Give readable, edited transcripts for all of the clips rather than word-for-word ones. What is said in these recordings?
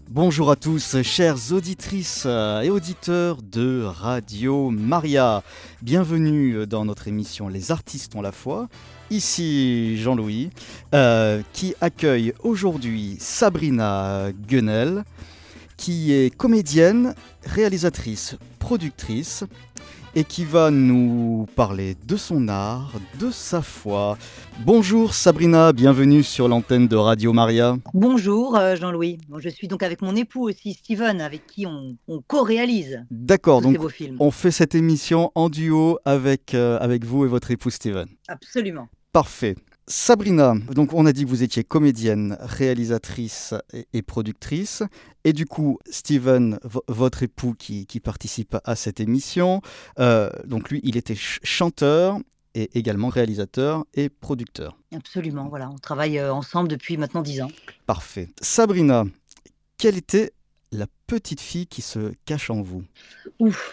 Bonjour à tous, chères auditrices et auditeurs de Radio Maria. Bienvenue dans notre émission Les artistes ont la foi. Ici Jean-Louis, qui accueille aujourd'hui Sabrina Guenel, qui est comédienne, réalisatrice, productrice, et qui va nous parler de son art, de sa foi. Bonjour Sabrina, bienvenue sur l'antenne de Radio Maria. Bonjour Jean-Louis. Je suis donc avec mon époux aussi, Steven, avec qui on co-réalise D'accord, tous ces donc beaux films. on fait cette émission en duo avec vous et votre époux Steven. Absolument. Parfait. Sabrina, donc on a dit que vous étiez comédienne, réalisatrice et productrice. Et du coup, Steven, votre époux qui participe à cette émission, donc lui, il était chanteur et également réalisateur et producteur. Absolument, voilà. On travaille ensemble depuis maintenant 10 ans. Parfait. Sabrina, quelle était la petite fille qui se cache en vous? Ouf.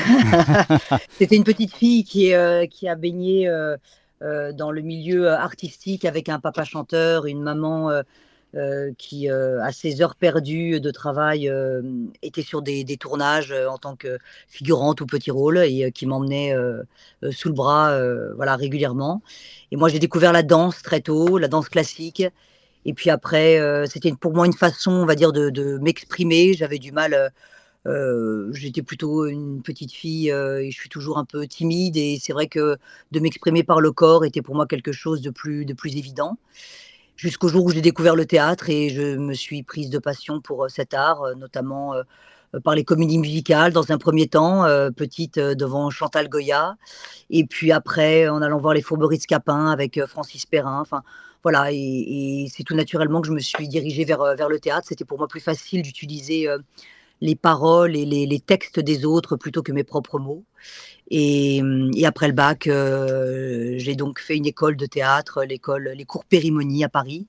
C'était une petite fille qui a baigné dans le milieu artistique avec un papa chanteur, une maman qui, à ses heures perdues de travail, était sur des tournages en tant que figurante ou petit rôle et qui m'emmenait sous le bras voilà, régulièrement. Et moi, j'ai découvert la danse très tôt, la danse classique. Et puis après, c'était pour moi une façon, on va dire, de m'exprimer. J'avais du mal. J'étais plutôt une petite fille et je suis toujours un peu timide. Et c'est vrai que de m'exprimer par le corps était pour moi quelque chose de plus évident. Jusqu'au jour où j'ai découvert le théâtre et je me suis prise de passion pour cet art, notamment par les comédies musicales dans un premier temps, petite devant Chantal Goya, et puis après en allant voir les Fourberies de Scapin avec Francis Perrin. Enfin voilà, et c'est tout naturellement que je me suis dirigée vers le théâtre. C'était pour moi plus facile d'utiliser les paroles et les textes des autres plutôt que mes propres mots. Et après le bac, j'ai donc fait une école de théâtre, les cours Périmonie à Paris.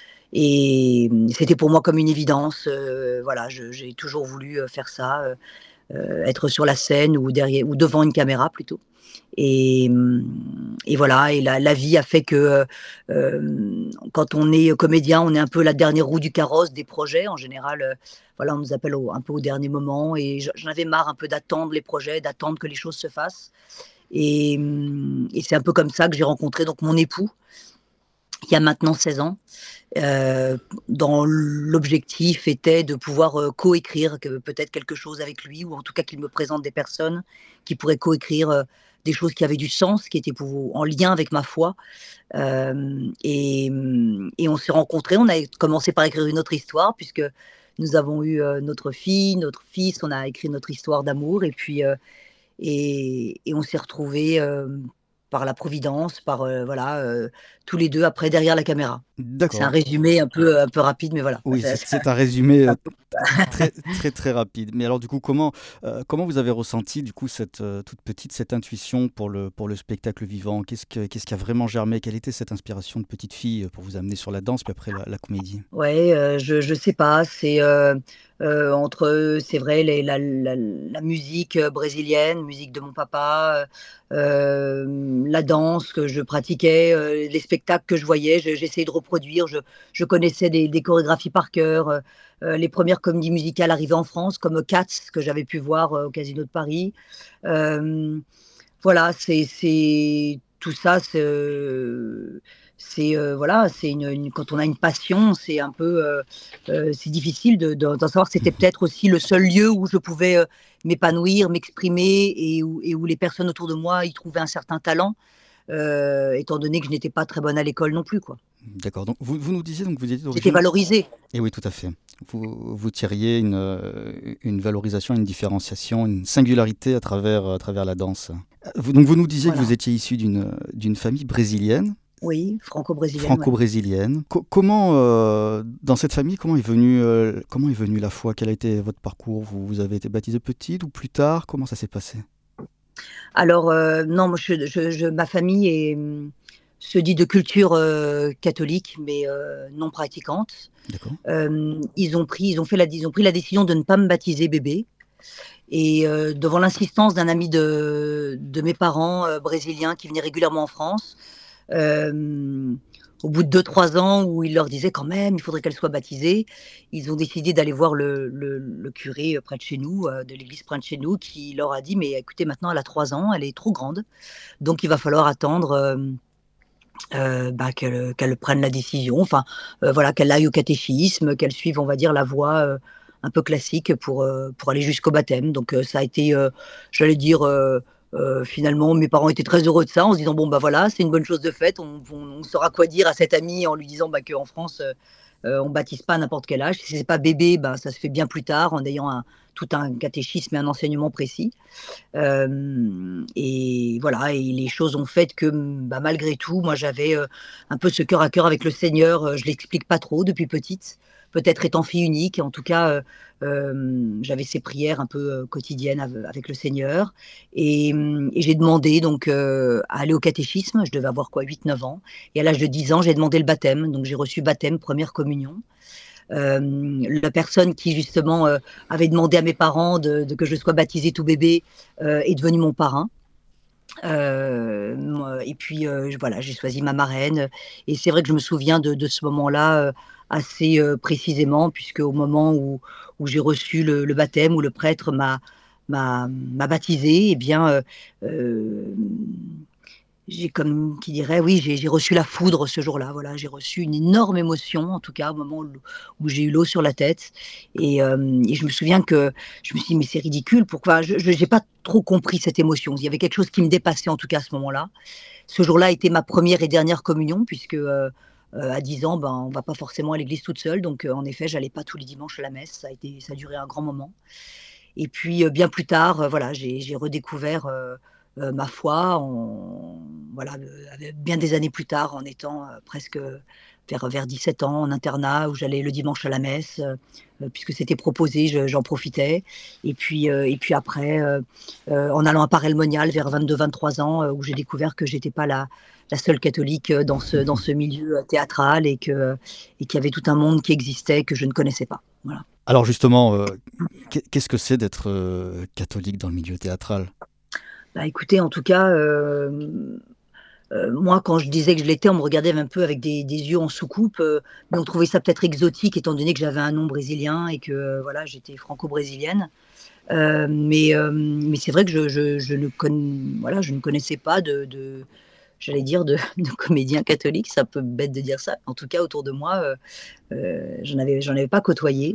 Et c'était pour moi comme une évidence. Voilà, j'ai toujours voulu faire ça, être sur la scène ou derrière ou devant une caméra plutôt. Et, et voilà, et la vie a fait que quand on est comédien, on est un peu la dernière roue du carrosse des projets. En général, voilà, on nous appelle un peu au dernier moment. Et j'en avais marre un peu d'attendre les projets, d'attendre que les choses se fassent. Et c'est un peu comme ça que j'ai rencontré donc mon époux, il y a maintenant 16 ans. Dans l'objectif était de pouvoir coécrire peut-être quelque chose avec lui, ou en tout cas qu'il me présente des personnes qui pourraient coécrire des choses qui avaient du sens, qui étaient en lien avec ma foi. Et on s'est rencontrés, on a commencé par écrire une autre histoire, puisque nous avons eu notre fille, notre fils, on a écrit notre histoire d'amour, et puis et on s'est retrouvés par la providence, par voilà, tous les deux après derrière la caméra. C'est un D'accord. résumé un peu rapide, mais voilà. Oui, c'est un résumé très, très, très rapide. Mais alors, du coup, comment vous avez ressenti, du coup, cette toute petite, cette intuition pour le spectacle vivant? Qu'est-ce qui a vraiment germé? Quelle était cette inspiration de petite fille pour vous amener sur la danse, puis après la comédie? Ouais, je sais pas, c'est entre, c'est vrai, la musique brésilienne, musique de mon papa, la danse que je pratiquais, les spectacles que je voyais, j'essayais de reproduire. Je connaissais des chorégraphies par cœur. Les premières comédies musicales arrivaient en France, comme Cats, que j'avais pu voir au Casino de Paris. Voilà, c'est tout ça, voilà, c'est quand on a une passion, c'est un peu, c'est difficile d'en savoir. C'était peut-être aussi le seul lieu où je pouvais m'épanouir, m'exprimer, et où les personnes autour de moi y trouvaient un certain talent, étant donné que je n'étais pas très bonne à l'école non plus, quoi. D'accord. Donc, vous nous disiez donc que vous étiez J'étais d'origine. valorisée. Et oui, tout à fait. Vous tiriez une valorisation, une différenciation, une singularité à travers la danse. Donc, vous nous disiez que vous Voilà. étiez issu d'une famille brésilienne. Oui, franco-brésilienne, ouais. Franco-brésilienne. Comment, dans cette famille, comment est venue la foi? Quel a été votre parcours? Vous avez été baptisé petite ou plus tard? Comment ça s'est passé? Alors, non, moi, ma famille se dit de culture catholique, mais non pratiquante. D'accord. Ils ont pris la décision de ne pas me baptiser bébé. Et devant l'insistance d'un ami de mes parents brésiliens qui venait régulièrement en France, au bout de 2-3 ans où il leur disait quand même, il faudrait qu'elle soit baptisée, ils ont décidé d'aller voir le curé près de chez nous, de l'église près de chez nous, qui leur a dit, mais écoutez, maintenant elle a 3 ans, elle est trop grande, donc il va falloir attendre qu'elle prenne la décision, enfin voilà, qu'elle aille au catéchisme, qu'elle suive, on va dire, la voie un peu classique pour aller jusqu'au baptême. Donc ça a été, j'allais dire, finalement, mes parents étaient très heureux de ça, en se disant bon bah voilà, c'est une bonne chose de faite, on saura quoi dire à cette amie en lui disant qu'en France on baptise pas à n'importe quel âge. Si c'est pas bébé, ça se fait bien plus tard en ayant tout un catéchisme et un enseignement précis. Et voilà, et les choses ont fait que malgré tout, moi j'avais un peu ce cœur à cœur avec le Seigneur. Je l'explique pas trop depuis petite, peut-être étant fille unique. En tout cas, j'avais ces prières un peu quotidiennes avec le Seigneur. Et j'ai demandé donc à aller au catéchisme. Je devais avoir quoi, 8-9 ans. Et à l'âge de 10 ans, j'ai demandé le baptême. Donc j'ai reçu baptême, première communion. La personne qui justement avait demandé à mes parents que je sois baptisée tout bébé est devenue mon parrain. Et puis voilà, j'ai choisi ma marraine. Et c'est vrai que je me souviens de ce moment-là assez précisément, puisque au moment où j'ai reçu le baptême, où le prêtre m'a baptisée, eh bien, j'ai comme qui dirait, oui, j'ai reçu la foudre ce jour-là. Voilà, j'ai reçu une énorme émotion, en tout cas au moment où j'ai eu l'eau sur la tête. Et je me souviens que je me suis dit, mais c'est ridicule, pourquoi je n'ai pas trop compris cette émotion. Il y avait quelque chose qui me dépassait, en tout cas à ce moment-là. Ce jour-là était ma première et dernière communion, puisque à 10 ans, on ne va pas forcément à l'église toute seule. Donc, en effet, je n'allais pas tous les dimanches à la messe. Ça a duré un grand moment. Et puis, bien plus tard, voilà, j'ai redécouvert ma foi, voilà, bien des années plus tard, en étant presque vers 17 ans, en internat, où j'allais le dimanche à la messe, puisque c'était proposé, j'en profitais. Et puis après, en allant à Paray-le-Monial vers 22-23 ans, où j'ai découvert que j'étais pas la seule catholique dans ce milieu théâtral et qu'il y avait tout un monde qui existait que je ne connaissais pas. Voilà. Alors justement, qu'est-ce que c'est d'être catholique dans le milieu théâtral ? Écoutez, en tout cas, moi, quand je disais que je l'étais, on me regardait un peu avec des yeux en soucoupe, mais on trouvait ça peut-être exotique, étant donné que j'avais un nom brésilien et que voilà, j'étais franco-brésilienne. Mais c'est vrai que je ne connaissais pas j'allais dire, de comédiens catholiques. C'est un peu bête de dire ça. En tout cas, autour de moi, j'en avais pas côtoyé.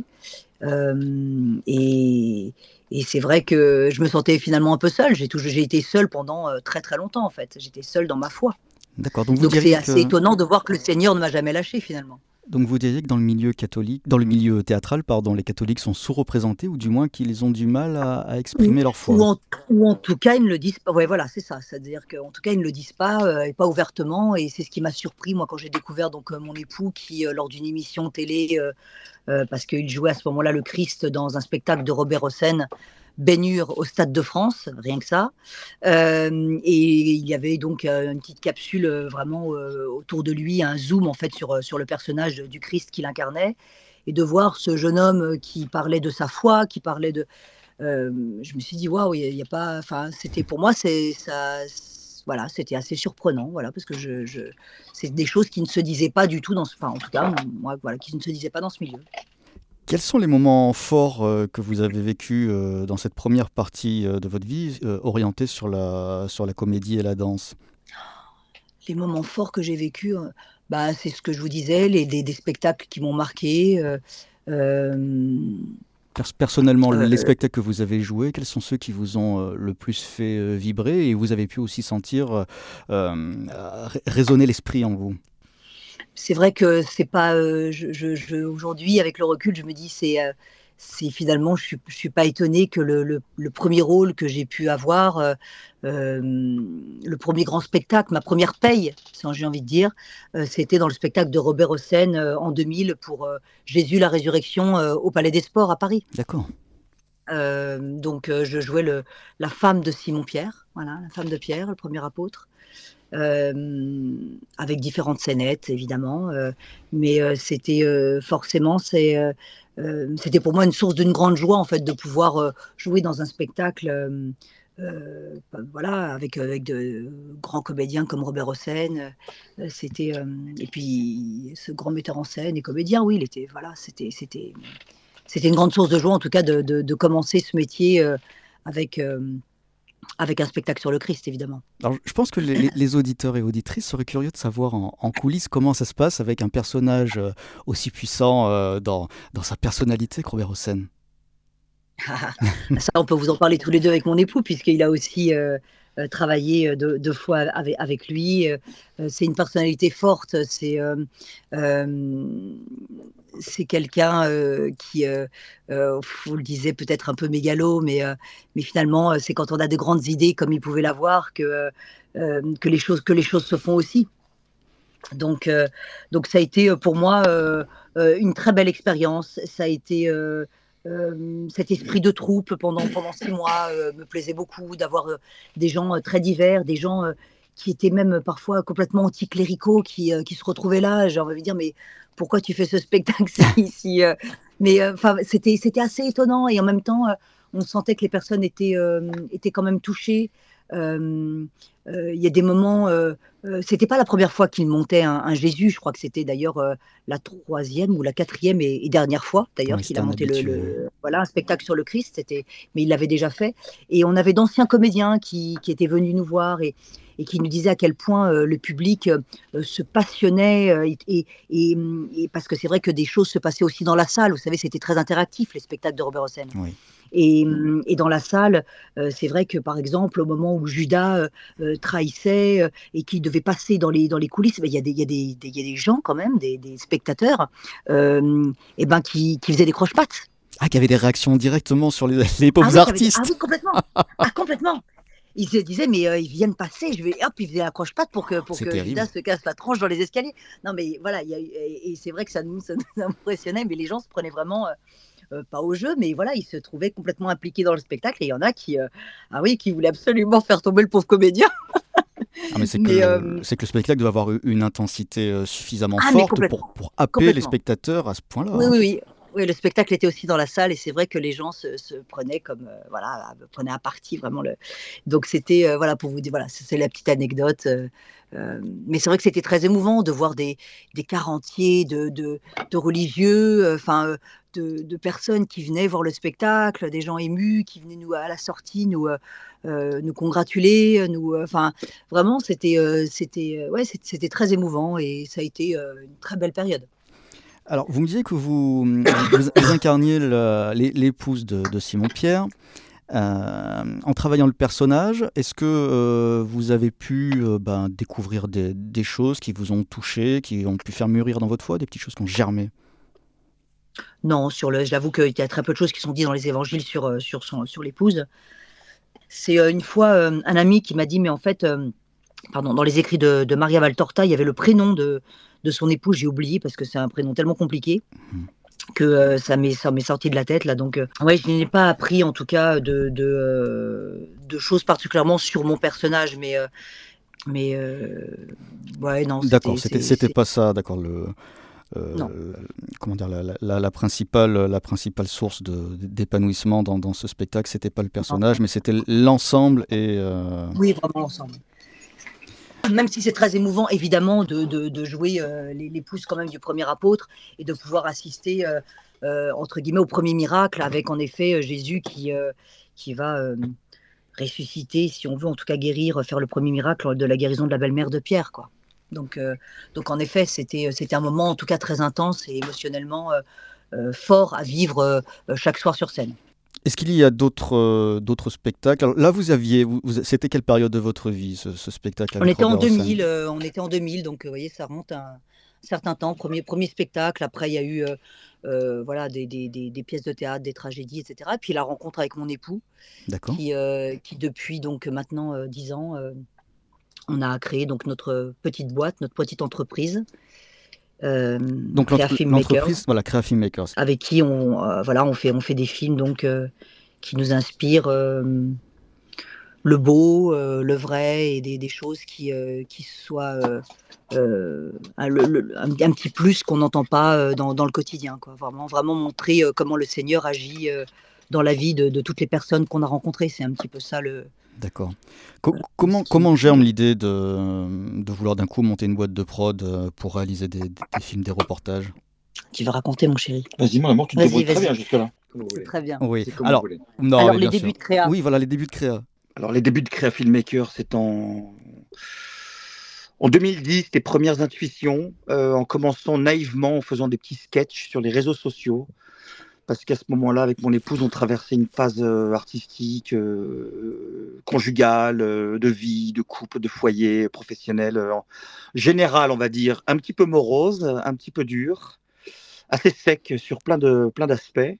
Et c'est vrai que je me sentais finalement un peu seule. J'ai été seule pendant très très longtemps, en fait. J'étais seule dans ma foi. D'accord, donc Donc c'est assez étonnant de voir que le Seigneur ne m'a jamais lâchée finalement. Donc vous diriez que dans le milieu catholique, dans le milieu théâtral, pardon, les catholiques sont sous-représentés, ou du moins qu'ils ont du mal à exprimer leur foi. Ou en tout cas, ils ne le disent pas. Ouais, voilà, c'est ça. C'est-à-dire qu'en tout cas, ils ne le disent pas, et pas ouvertement. Et c'est ce qui m'a surpris, moi, quand j'ai découvert donc mon époux qui, lors d'une émission télé, parce qu'il jouait à ce moment-là le Christ dans un spectacle de Robert Hossein, baignure au Stade de France, rien que ça. Et il y avait donc une petite capsule vraiment autour de lui, un zoom en fait sur le personnage du Christ qu'il incarnait. Et de voir ce jeune homme qui parlait de sa foi, qui parlait de... je me suis dit, waouh, il y a pas... Enfin, c'était pour moi, voilà, c'était assez surprenant, voilà, parce que c'est des choses qui ne se disaient pas du tout enfin, en tout cas, moi, voilà, qui ne se disaient pas dans ce milieu. Quels sont les moments forts que vous avez vécus dans cette première partie de votre vie orientée sur la comédie et la danse ? Les moments forts que j'ai vécus, c'est ce que je vous disais, des spectacles qui m'ont marqué. Personnellement, les spectacles que vous avez joués, quels sont ceux qui vous ont le plus fait vibrer et vous avez pu aussi sentir résonner l'esprit en vous ? C'est vrai que c'est pas. Aujourd'hui, avec le recul, je me dis c'est finalement, je suis pas étonnée que le premier rôle que j'ai pu avoir, le premier grand spectacle, ma première paye, si j'ai envie de dire, c'était dans le spectacle de Robert Hossein en 2000 pour Jésus la résurrection au Palais des Sports à Paris. D'accord. Donc je jouais la femme de Simon-Pierre, voilà, la femme de Pierre, le premier apôtre. Avec différentes scénettes évidemment, mais c'était forcément c'était pour moi une source d'une grande joie en fait de pouvoir jouer dans un spectacle voilà, avec de grands comédiens comme Robert Hossein. Et puis ce grand metteur en scène et comédien, oui, il était, voilà, c'était une grande source de joie, en tout cas, de commencer ce métier avec, avec un spectacle sur le Christ, évidemment. Alors, je pense que les auditeurs et auditrices seraient curieux de savoir en coulisses comment ça se passe avec un personnage aussi puissant dans sa personnalité que Robert Hossein. Ça, on peut vous en parler tous les deux avec mon époux, puisqu'il a aussi travaillé deux fois avec lui. C'est une personnalité forte, c'est quelqu'un qui, vous le disiez, peut-être un peu mégalo, mais finalement, c'est quand on a de grandes idées comme il pouvait l'avoir que les choses se font aussi. Donc ça a été pour moi une très belle expérience. Ça a été cet esprit de troupe pendant 6 mois me plaisait beaucoup, d'avoir des gens très divers, des gens qui étaient même parfois complètement anticléricaux, qui se retrouvaient là. J'ai envie de dire, mais pourquoi tu fais ce spectacle Mais enfin, c'était assez étonnant, et en même temps, on sentait que les personnes étaient quand même touchées. Il y a des moments, c'était pas la première fois qu'il montait un Jésus, je crois que c'était d'ailleurs la troisième ou la quatrième et dernière fois d'ailleurs Oui, qu'il c'est a un monté habitué. voilà, un spectacle sur le Christ, mais il l'avait déjà fait. Et on avait d'anciens comédiens qui étaient venus nous voir et qui nous disaient à quel point le public se passionnait, et parce que c'est vrai que des choses se passaient aussi dans la salle. Vous savez, c'était très interactif, les spectacles de Robert Hossein. Oui. Et dans la salle, c'est vrai que par exemple, au moment où Judas trahissait et qu'il devait passer dans les coulisses, ben, il y a des gens quand même, des spectateurs, et ben, qui faisaient des croche-pattes. Ah, qu'il y avait des réactions directement sur les Ah pauvres oui, ah artistes. oui, complètement. Ah, complètement. Ils se disaient, mais ils viennent passer, hop, ils faisaient la croche-patte pour C'est que Judas terrible. se casse la tronche dans les escaliers. Non, mais voilà, et c'est vrai que ça nous impressionnait, mais les gens se prenaient vraiment pas au jeu, mais voilà, ils se trouvaient complètement impliqués dans le spectacle, et il y en a ah oui, qui voulaient absolument faire tomber le pauvre comédien. Ah, mais c'est Mais c'est que le spectacle doit avoir une intensité suffisamment ah, mais forte complètement, pour happer les complètement. spectateurs à ce point-là, Oui, hein. oui, oui. Oui, le spectacle était aussi dans la salle, et c'est vrai que les gens se prenaient comme, voilà, prenaient à partie vraiment le. Donc c'était, voilà, pour vous dire, voilà, c'est la petite anecdote. Mais c'est vrai que c'était très émouvant de voir des quart entiers de religieux, enfin, de personnes qui venaient voir le spectacle, des gens émus qui venaient nous à la sortie nous congratuler, enfin, vraiment, ouais, c'était très émouvant, et ça a été une très belle période. Alors, vous me disiez que vous incarniez l'épouse de Simon-Pierre. En travaillant le personnage, est-ce que vous avez pu découvrir des choses qui vous ont touché, qui ont pu faire mûrir dans votre foi, des petites choses qui ont germé? Non, j'avoue qu'il y a très peu de choses qui sont dites dans les évangiles sur l'épouse. C'est une fois un ami qui m'a dit, mais en fait, pardon, dans les écrits de Maria Valtorta, il y avait le prénom de son épouse, j'ai oublié parce que c'est un prénom tellement compliqué Mhm. que ça m'est sorti de la tête là. Donc, ouais, je n'ai pas appris en tout cas de choses particulièrement sur mon personnage, mais ouais, non, D'accord, c'était pas ça, d'accord, non. comment dire, la principale source d'épanouissement dans ce spectacle, c'était pas le Non. personnage, mais c'était l'ensemble Oui, vraiment ensemble. Même si c'est très émouvant, évidemment, de jouer l'épouse quand même du premier apôtre, et de pouvoir assister, entre guillemets, au premier miracle, avec en effet Jésus qui va ressusciter, si on veut, en tout cas guérir, faire le premier miracle de la guérison de la belle-mère de Pierre, quoi. Donc, donc en effet, c'était un moment en tout cas très intense et émotionnellement fort à vivre chaque soir sur scène. Est-ce qu'il y a d'autres spectacles? Alors là, c'était quelle période de votre vie, ce spectacle On avec était en Robert Hossein? 2000, donc vous voyez, ça remonte à un certain temps. Premier spectacle. Après, il y a eu voilà, des pièces de théâtre, des tragédies, etc. Et puis la rencontre avec mon époux, D'accord. qui depuis donc maintenant 10 ans, on a créé donc notre petite boîte, notre petite entreprise, Donc Créa Filmmakers, l'entreprise, voilà, Créa Filmmakers. avec qui voilà, on fait des films donc qui nous inspirent le beau, le vrai, et des choses qui soient un petit plus qu'on n'entend pas dans le quotidien, quoi. Vraiment, vraiment montrer comment le Seigneur agit dans la vie de toutes les personnes qu'on a rencontrées. C'est un petit peu ça D'accord. Comment germe l'idée de vouloir d'un coup monter une boîte de prod pour réaliser des films, des reportages? Tu vas raconter, mon chéri. Vas-y, mon amour, tu te Vas-y, débrouilles très vas-y. bien jusque-là. Comme vous C'est voulez. très bien. Oui. C'est comme vous Alors, voulez. non, Alors, mais les bien débuts sûr. de créa. Oui, voilà, les débuts de créa. Alors, les débuts de Créa Filmmaker, c'est en 2010, tes premières intuitions, en commençant naïvement, en faisant des petits sketchs sur les réseaux sociaux. Parce qu'à ce moment-là, avec mon épouse, on traversait une phase artistique, conjugale, de vie, de couple, de foyer, professionnel, en général, on va dire, un petit peu morose, un petit peu dur, assez sec sur plein d'aspects.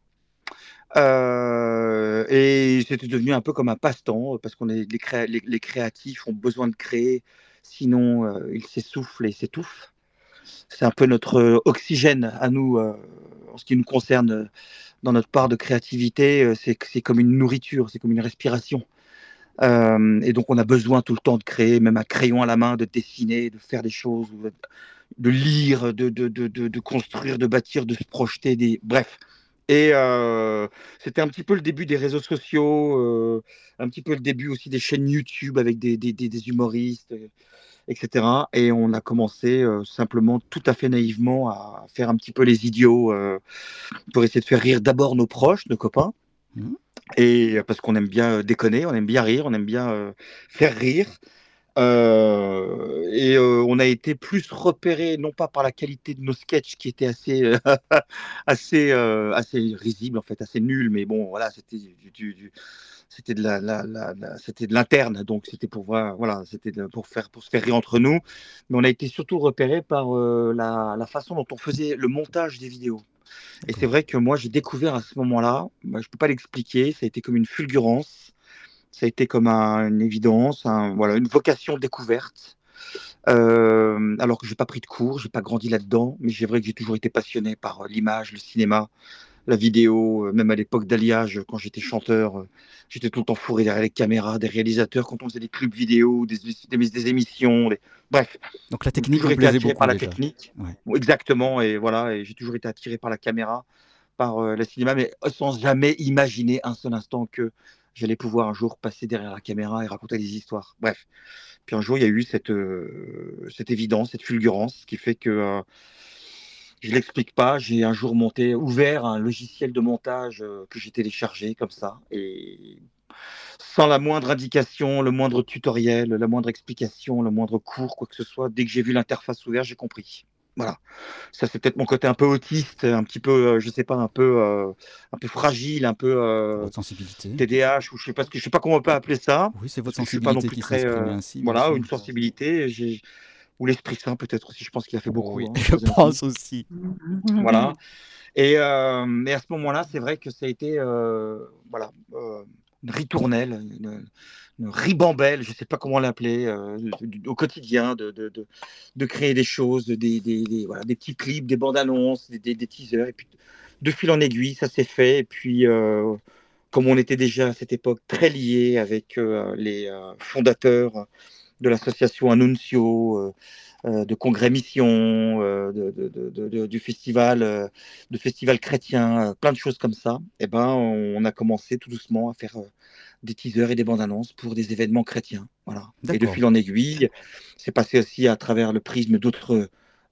Et c'était devenu un peu comme un passe-temps, parce qu'on est les créatifs ont besoin de créer, sinon ils s'essoufflent et s'étouffent. C'est un peu notre oxygène à nous, en ce qui nous concerne, dans notre part de créativité. C'est comme une nourriture, c'est comme une respiration. Et donc on a besoin tout le temps de créer, même à crayon à la main, de dessiner, de faire des choses, de lire, de construire, de bâtir, de se projeter, bref. Et c'était un petit peu le début des réseaux sociaux, un petit peu le début aussi des chaînes YouTube avec des humoristes, etc. Et on a commencé simplement, tout à fait naïvement, à faire un petit peu les idiots pour essayer de faire rire d'abord nos proches, nos copains. Mmh. Et parce qu'on aime bien déconner, on aime bien rire, on aime bien faire rire. Et on a été plus repéré, non pas par la qualité de nos sketchs qui étaient assez risibles, en fait, assez nuls, mais bon, voilà, c'était c'était de l'interne, donc c'était pour voir, voilà, pour se faire rire entre nous. Mais on a été surtout repéré par la façon dont on faisait le montage des vidéos. Et c'est vrai que moi, j'ai découvert à ce moment-là, je ne peux pas l'expliquer, ça a été comme une fulgurance. Ça a été comme une évidence, voilà, une vocation découverte. Alors que je n'ai pas pris de cours, je n'ai pas grandi là-dedans, mais c'est vrai que j'ai toujours été passionné par l'image, le cinéma, la vidéo. Même à l'époque d'Alliage, quand j'étais chanteur, j'étais tout le temps fourré derrière les caméras, des réalisateurs, quand on faisait des clubs vidéo, des émissions. Bref, Donc la j'ai technique toujours vous été plaisait attiré beaucoup par la déjà. technique. Ouais. Exactement, et voilà, et j'ai toujours été attiré par la caméra, par le cinéma, mais sans jamais imaginer un seul instant que j'allais pouvoir un jour passer derrière la caméra et raconter des histoires. Bref. Puis un jour, il y a eu cette évidence, cette fulgurance qui fait que je ne l'explique pas. J'ai un jour ouvert un logiciel de montage que j'ai téléchargé comme ça. Et sans la moindre indication, le moindre tutoriel, la moindre explication, le moindre cours, quoi que ce soit, dès que j'ai vu l'interface ouverte, j'ai compris. Voilà. Ça, c'est peut-être mon côté un peu autiste, un petit peu, je sais pas, un peu fragile, un peu Votre sensibilité. TDAH, ou je sais pas comment on peut appeler ça. Oui, c'est votre Parce que je suis pas non sensibilité plus qui très, s'exprime ainsi, bien voilà, sûr. une sensibilité. Ou l'Esprit Saint peut-être aussi. Je pense qu'il a fait beaucoup. Oui, Hein, je pense aussi. voilà. Et à ce moment-là, c'est vrai que ça a été voilà, une ritournelle, une ribambelle, je ne sais pas comment l'appeler, au quotidien, de créer des choses, voilà, des petits clips, des bandes annonces, des teasers. Et puis de fil en aiguille, ça s'est fait. Et puis, comme on était déjà à cette époque très liés avec les fondateurs de l'association Annunzio, de Congrès Mission, du festival, de festival chrétien, plein de choses comme ça, et ben, on a commencé tout doucement à faire des teasers et des bandes annonces pour des événements chrétiens. Voilà. Et de fil en aiguille, c'est passé aussi à travers le prisme d'autres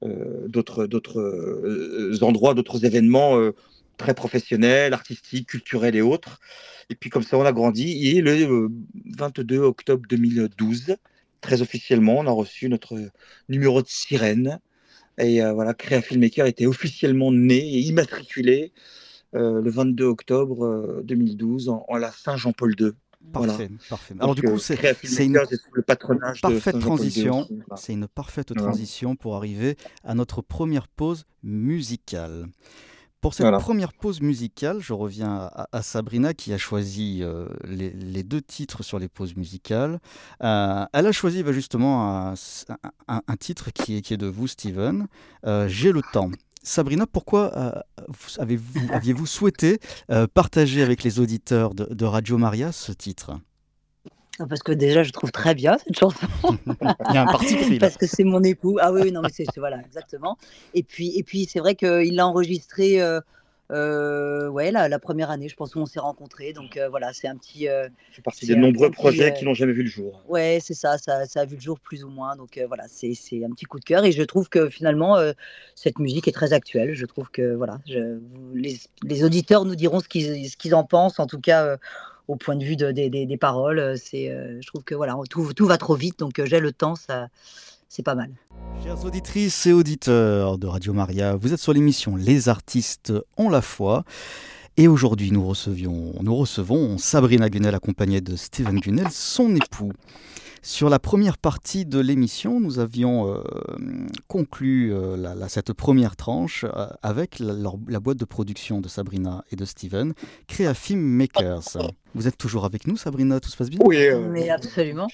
endroits, d'autres événements très professionnels, artistiques, culturels et autres. Et puis comme ça, on a grandi. Et le 22 octobre 2012, très officiellement, on a reçu notre numéro de sirène. Et voilà, Créa Filmmaker était officiellement né et immatriculé le 22 octobre 2012 en la Saint-Jean-Paul II. Parfait, Voilà. parfait. Alors Donc, du coup, c'est une le patronage parfaite de transition. aussi, voilà. C'est une parfaite transition pour arriver à notre première pause musicale. Pour cette première pause musicale, je reviens à Sabrina qui a choisi les deux titres sur les pauses musicales. Elle a choisi justement un titre qui est de vous, Steven, J'ai le temps. Sabrina, pourquoi aviez-vous souhaité partager avec les auditeurs de Radio Maria ce titre ? Parce que déjà, je trouve très bien cette chanson. Il y a un parti pris là. Parce que c'est mon époux. Ah oui, non, mais voilà, exactement. Et puis c'est vrai qu'il l'a enregistré Ouais, la première année, je pense, où on s'est rencontrés. Donc voilà, c'est un petit, Je fais partie des c'est un nombreux petit, projets qui n'ont jamais vu le jour. ouais, c'est ça, ça a vu le jour plus ou moins. Donc voilà, c'est un petit coup de cœur. Et je trouve que finalement, cette musique est très actuelle. Je trouve que voilà, les auditeurs nous diront ce qu'ils en pensent, en tout cas au point de vue des paroles. Je trouve que voilà, tout va trop vite. Donc j'ai le temps, ça, c'est pas mal. Chères auditrices et auditeurs de Radio Maria, vous êtes sur l'émission Les artistes ont la foi. Et aujourd'hui, nous recevons Sabrina Gunnel accompagnée de Steven Gunnel, son époux. Sur la première partie de l'émission, nous avions conclu cette première tranche avec la boîte de production de Sabrina et de Steven, Creafilm Makers. Vous êtes toujours avec nous, Sabrina? Tout se passe bien? Oui, Mais absolument.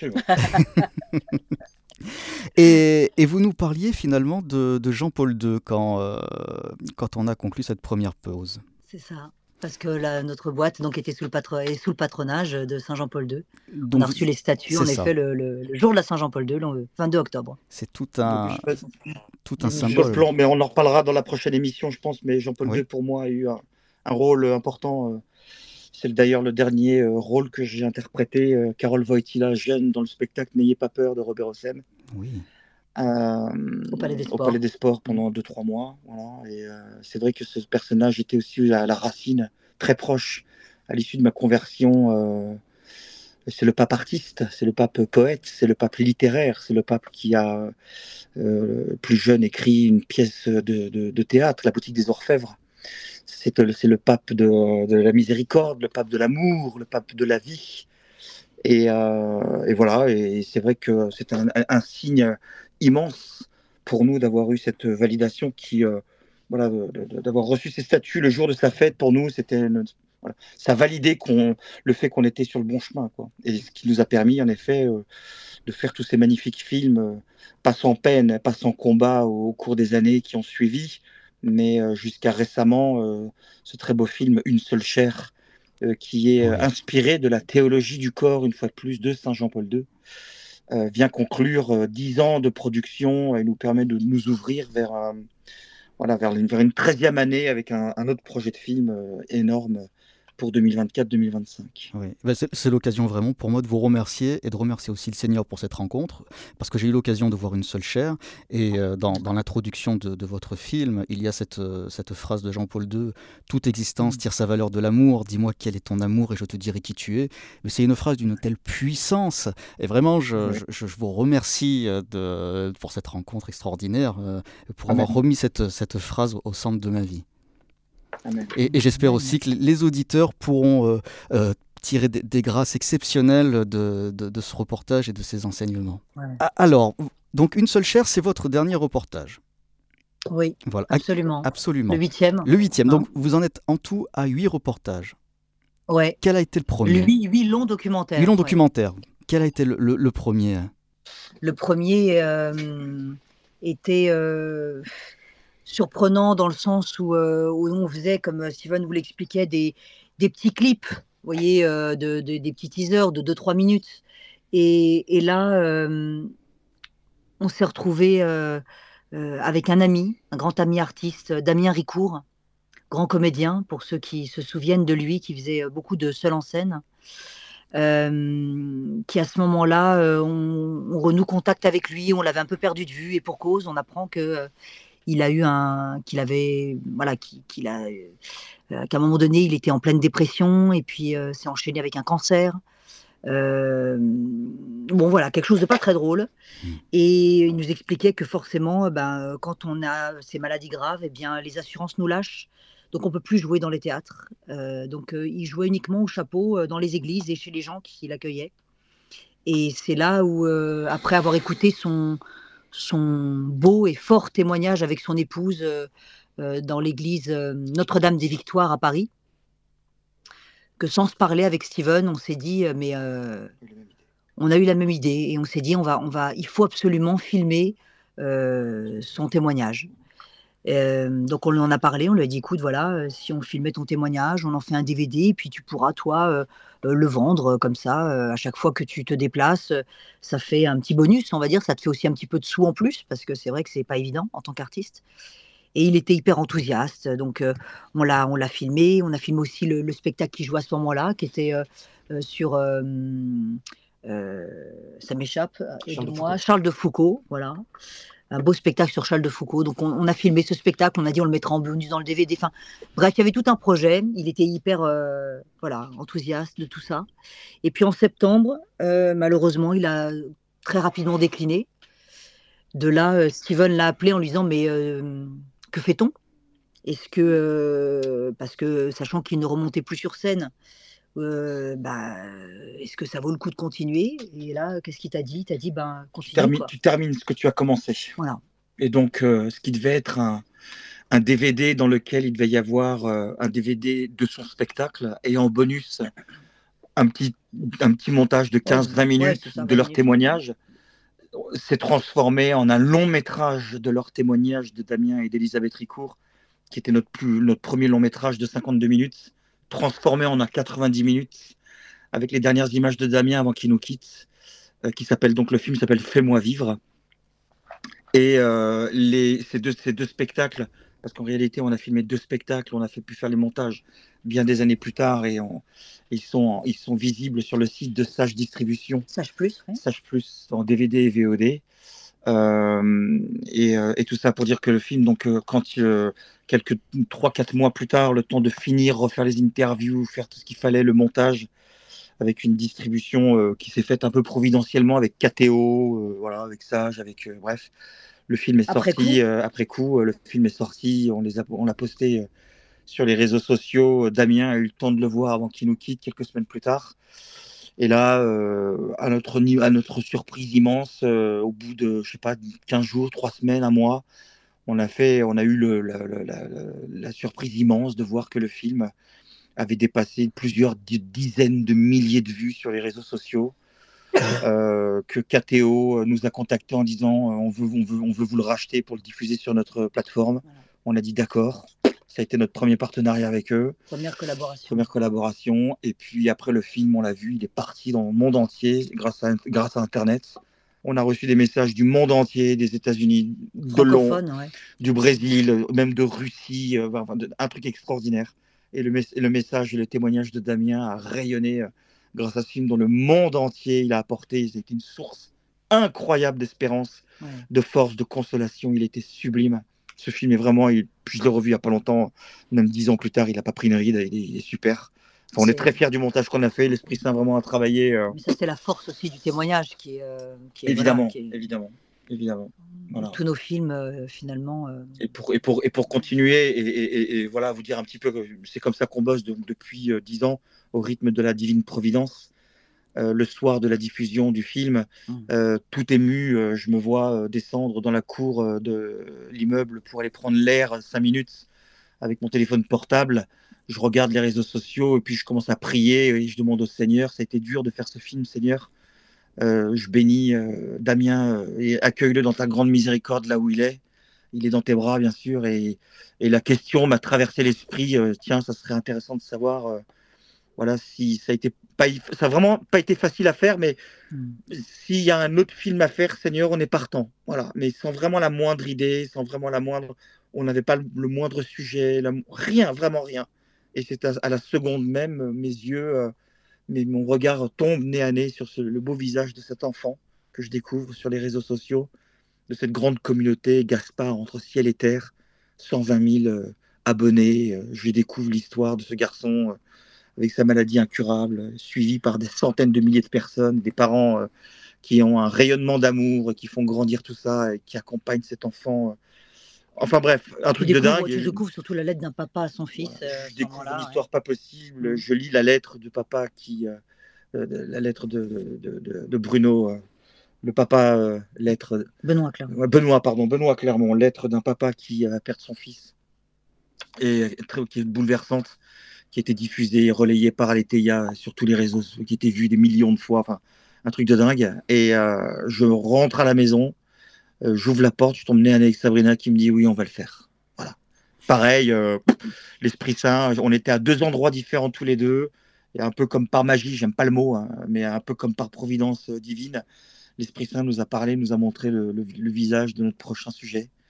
Et vous nous parliez finalement de Jean-Paul II quand on a conclu cette première pause. C'est ça. Parce que notre boîte donc, était sous le patronage de Saint Jean-Paul II. Donc, on a reçu les statuts, en effet, le jour de la Saint-Jean-Paul II, le 22 octobre. C'est tout un symbole. Sur ce plan, mais on en reparlera dans la prochaine émission, je pense. Mais Jean-Paul II, pour moi, a eu un rôle important. C'est d'ailleurs le dernier rôle que j'ai interprété, Carole Wojtyla, jeune, dans le spectacle N'ayez pas peur de Robert Hossein. Oui. Au Palais des Sports pendant 2-3 mois. Voilà. Et c'est vrai que ce personnage était aussi à la racine, très proche, à l'issue de ma conversion. C'est le pape artiste, c'est le pape poète, c'est le pape littéraire, c'est le pape qui a, plus jeune, écrit une pièce de théâtre, La boutique des orfèvres. C'est le pape de la miséricorde, le pape de l'amour, le pape de la vie. Et voilà, et c'est vrai que c'est un signe immense pour nous d'avoir eu cette validation d'avoir reçu ces statuts le jour de sa fête. Pour nous, ça validait le fait qu'on était sur le bon chemin, quoi. Et ce qui nous a permis, en effet, de faire tous ces magnifiques films, pas sans peine, pas sans combat au cours des années qui ont suivi, mais jusqu'à récemment, ce très beau film Une seule chair, qui est inspiré de la théologie du corps, une fois de plus, de Saint Jean-Paul II, vient conclure 10 ans de production et nous permet de nous ouvrir vers une 13e année avec un autre projet de film énorme pour 2024-2025. Oui. C'est l'occasion vraiment pour moi de vous remercier et de remercier aussi le Seigneur pour cette rencontre, parce que j'ai eu l'occasion de voir Une seule chair, et dans l'introduction de votre film, il y a cette phrase de Jean-Paul II, « Toute existence tire sa valeur de l'amour, dis-moi quel est ton amour et je te dirai qui tu es ». Mais c'est une phrase d'une telle puissance, et vraiment je vous remercie pour cette rencontre extraordinaire, pour avoir remis cette phrase au centre de ma vie. Amen. Et j'espère aussi que les auditeurs pourront tirer des grâces exceptionnelles de ce reportage et de ces enseignements. Ouais. Alors, donc Une seule chair, c'est votre dernier reportage. Oui, voilà. Absolument. Absolument. Le 8e. Le 8e, donc vous en êtes en tout à 8 reportages. Ouais. Quel a été le premier? 8 longs documentaires. 8 longs documentaires. Quel a été le premier? Le premier était surprenant dans le sens où on faisait, comme Steven vous l'expliquait, des petits clips, vous voyez, des petits teasers de 2-3 minutes. Et là, on s'est retrouvé avec un ami, un grand ami artiste, Damien Ricourt, grand comédien, pour ceux qui se souviennent de lui, qui faisait beaucoup de seul en scène. Qui à ce moment-là, on renoue contact avec lui, on l'avait un peu perdu de vue, et pour cause, on apprend que il a eu qu'à un moment donné, il était en pleine dépression et puis s'est enchaîné avec un cancer. Bon, voilà, quelque chose de pas très drôle. Et il nous expliquait que forcément, quand on a ces maladies graves, eh bien, les assurances nous lâchent. Donc, on peut plus jouer dans les théâtres. Donc, il jouait uniquement au chapeau dans les églises et chez les gens qui l'accueillaient. Et c'est là où, après avoir écouté son beau et fort témoignage avec son épouse dans l'église Notre-Dame des Victoires à Paris, que sans se parler avec Steven, on s'est dit, on a eu la même idée et on s'est dit, il faut absolument filmer son témoignage. Donc on lui en a parlé, on lui a dit, écoute, voilà, si on filmait ton témoignage, on en fait un DVD et puis tu pourras, toi, le vendre comme ça, à chaque fois que tu te déplaces, ça fait un petit bonus, on va dire, ça te fait aussi un petit peu de sous en plus, parce que c'est vrai que c'est pas évident en tant qu'artiste. Et il était hyper enthousiaste. Donc, on l'a filmé. On a filmé aussi le spectacle qui jouait à ce moment-là, qui était sur. Ça m'échappe, aide-moi. Charles de Foucault, voilà. Un beau spectacle sur Charles de Foucault. Donc, on a filmé ce spectacle. On a dit on le mettra en bonus dans le DVD. Enfin, bref, il y avait tout un projet. Il était hyper enthousiaste de tout ça. Et puis en septembre, malheureusement, il a très rapidement décliné. De là, Steven l'a appelé en lui disant mais que fait-on? Est-ce que, parce que sachant qu'il ne remontait plus sur scène, est-ce que ça vaut le coup de continuer? Et là, qu'est-ce qu'il t'a dit? Il t'a dit continue, quoi. Tu termines ce que tu as commencé. Voilà. Et donc, ce qui devait être un DVD dans lequel il devait y avoir un DVD de son spectacle et en bonus un petit montage de 15-20 minutes de leur témoignage, s'est transformé en un long métrage de leur témoignage de Damien et d'Elisabeth Ricourt, qui était notre premier long métrage de 52 minutes, transformé en un 90 minutes avec les dernières images de Damien avant qu'il nous quitte, le film s'appelle Fais-moi vivre. Et ces deux spectacles, parce qu'en réalité, on a filmé 2 spectacles, on a pu faire les montages bien des années plus tard, et ils sont visibles sur le site de Sage Distribution. Sage Plus, oui. Sage Plus, en DVD et VOD. Et tout ça pour dire que le film, donc, quand quelques 3-4 mois plus tard, le temps de finir, refaire les interviews, faire tout ce qu'il fallait, le montage, avec une distribution qui s'est faite un peu providentiellement avec KTO, voilà, avec Sage, bref. Le film est sorti après coup. Le film est sorti, on l'a posté sur les réseaux sociaux. Damien a eu le temps de le voir avant qu'il nous quitte quelques semaines plus tard. Et là, à notre surprise immense, au bout de, 15 jours, 3 semaines, un mois, on a eu la surprise immense de voir que le film avait dépassé plusieurs dizaines de milliers de vues sur les réseaux sociaux, que KTO nous a contacté en disant on veut vous le racheter pour le diffuser sur notre plateforme. Voilà. On a dit d'accord. Ça a été notre premier partenariat avec eux. Première collaboration. Et puis après le film, on l'a vu, il est parti dans le monde entier grâce à Internet. On a reçu des messages du monde entier, des États-Unis, de Londres, du Brésil, même de Russie, un truc extraordinaire. Et le message et le témoignage de Damien a rayonné grâce à ce film dans le monde entier. Il a apporté, il était une source incroyable d'espérance, de force, de consolation. Il était sublime. Ce film est vraiment, puis je l'ai revu il n'y a pas longtemps, même 10 ans plus tard, il n'a pas pris une ride, il est super. Enfin, on est très fiers du montage qu'on a fait, l'Esprit Saint vraiment a travaillé. Mais ça, c'est la force aussi du témoignage qui est évidemment. Voilà. Tous nos films, finalement. Et pour continuer, et voilà, vous dire un petit peu que c'est comme ça qu'on bosse depuis 10 ans, au rythme de la divine providence. Le soir de la diffusion du film, tout ému, je me vois descendre dans la cour de l'immeuble pour aller prendre l'air 5 minutes avec mon téléphone portable. Je regarde les réseaux sociaux et puis je commence à prier et je demande au Seigneur, ça a été dur de faire ce film, Seigneur. Je bénis Damien et accueille-le dans ta grande miséricorde là où il est. Il est dans tes bras, bien sûr. Et la question m'a traversé l'esprit. Tiens, ça serait intéressant de savoir voilà, si ça a vraiment pas été facile à faire, mais s'il y a un autre film à faire, Seigneur, on est partant. Voilà, mais sans vraiment la moindre idée, on n'avait pas le moindre sujet, rien, vraiment rien. Et c'est à la seconde même, mes yeux, mon regard tombe nez à nez sur le beau visage de cet enfant que je découvre sur les réseaux sociaux, de cette grande communauté Gaspard entre ciel et terre, 120 000 abonnés. Je découvre l'histoire de ce garçon avec sa maladie incurable, suivi par des centaines de milliers de personnes, des parents qui ont un rayonnement d'amour, qui font grandir tout ça et qui accompagnent cet enfant. Enfin bref, un truc de dingue. Tu découvres surtout la lettre d'un papa à son fils. Je découvre une histoire pas possible. Je lis la lettre du papa la lettre de Bruno, le papa, lettre. Benoît Clermont. Benoît Clermont, lettre d'un papa qui va perdre son fils et qui est bouleversante, qui a été diffusée et relayée par Aletheia sur tous les réseaux, qui a été vue des millions de fois. Enfin, un truc de dingue. Et je rentre à la maison. J'ouvre la porte, je tombe nez à nez avec Sabrina qui me dit oui, on va le faire. Voilà. Pareil, l'Esprit Saint, on était à 2 endroits différents tous les deux, et un peu comme par magie, j'aime pas le mot, hein, mais un peu comme par providence divine, l'Esprit Saint nous a parlé, nous a montré le visage de notre prochain sujet.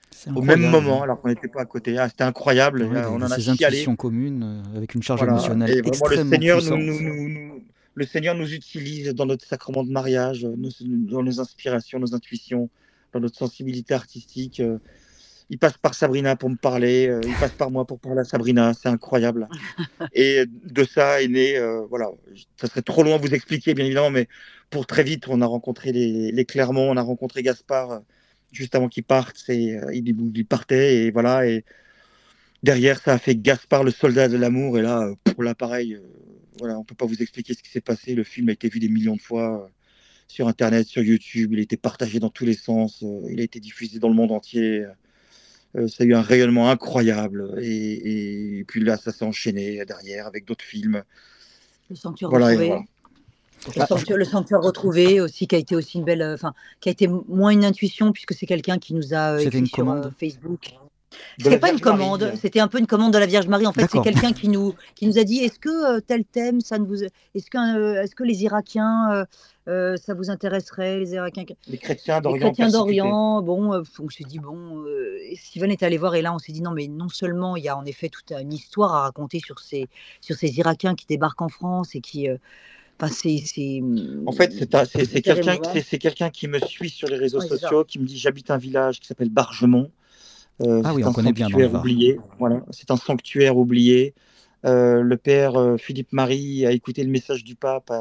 C'est au même incroyable, moment, hein. alors qu'on n'était pas à côté. Ah, c'était incroyable, Ouais, on en a ces chialé. intuitions communes avec une charge Voilà, émotionnelle et vraiment extrêmement puissante. Le Seigneur nous utilise dans notre sacrement de mariage, dans nos inspirations, nos intuitions, dans notre sensibilité artistique. Il passe par Sabrina pour me parler, il passe par moi pour parler à Sabrina, c'est incroyable. Et de ça est né, voilà, ça serait trop loin à vous expliquer, bien évidemment, mais pour très vite, on a rencontré les Clermont, on a rencontré Gaspard juste avant qu'il parte, il partait, et voilà, et derrière, ça a fait Gaspard, le soldat de l'amour, et là, pour l'appareil, voilà, on peut pas vous expliquer ce qui s'est passé, le film a été vu des millions de fois sur Internet, sur YouTube, il a été partagé dans tous les sens, il a été diffusé dans le monde entier. Ça a eu un rayonnement incroyable. Et puis là, ça s'est enchaîné derrière avec d'autres films. Le sanctuaire Voilà, et retrouvé. voilà. Le sanctuaire retrouvé aussi, qui a été aussi une belle, qui a été moins une intuition, puisque c'est quelqu'un qui nous a C'était écrit une sur commande? Facebook. De C'était la pas une Vierge Marie. commande, c'était un peu une commande de la Vierge Marie. En fait, c'est D'accord. quelqu'un qui nous a dit, est-ce que tel thème, est-ce que les Irakiens, ça vous intéresserait, les Irakiens, Les chrétiens les d'Orient chrétiens persécutés. d'Orient. Bon, on s'est dit bon, Steven est allé voir, et là on s'est dit non, mais non seulement il y a en effet toute une histoire à raconter sur ces Irakiens qui débarquent en France et qui, enfin En fait, c'est hyper quelqu'un émouvant. quelqu'un qui me suit sur les réseaux Ouais, c'est ça. sociaux, qui me dit j'habite un village qui s'appelle Bargemont. Ah oui, C'est on un connaît bien dans le sanctuaire Var. oublié. Voilà, c'est un sanctuaire oublié. Le père Philippe Marie a écouté le message du pape,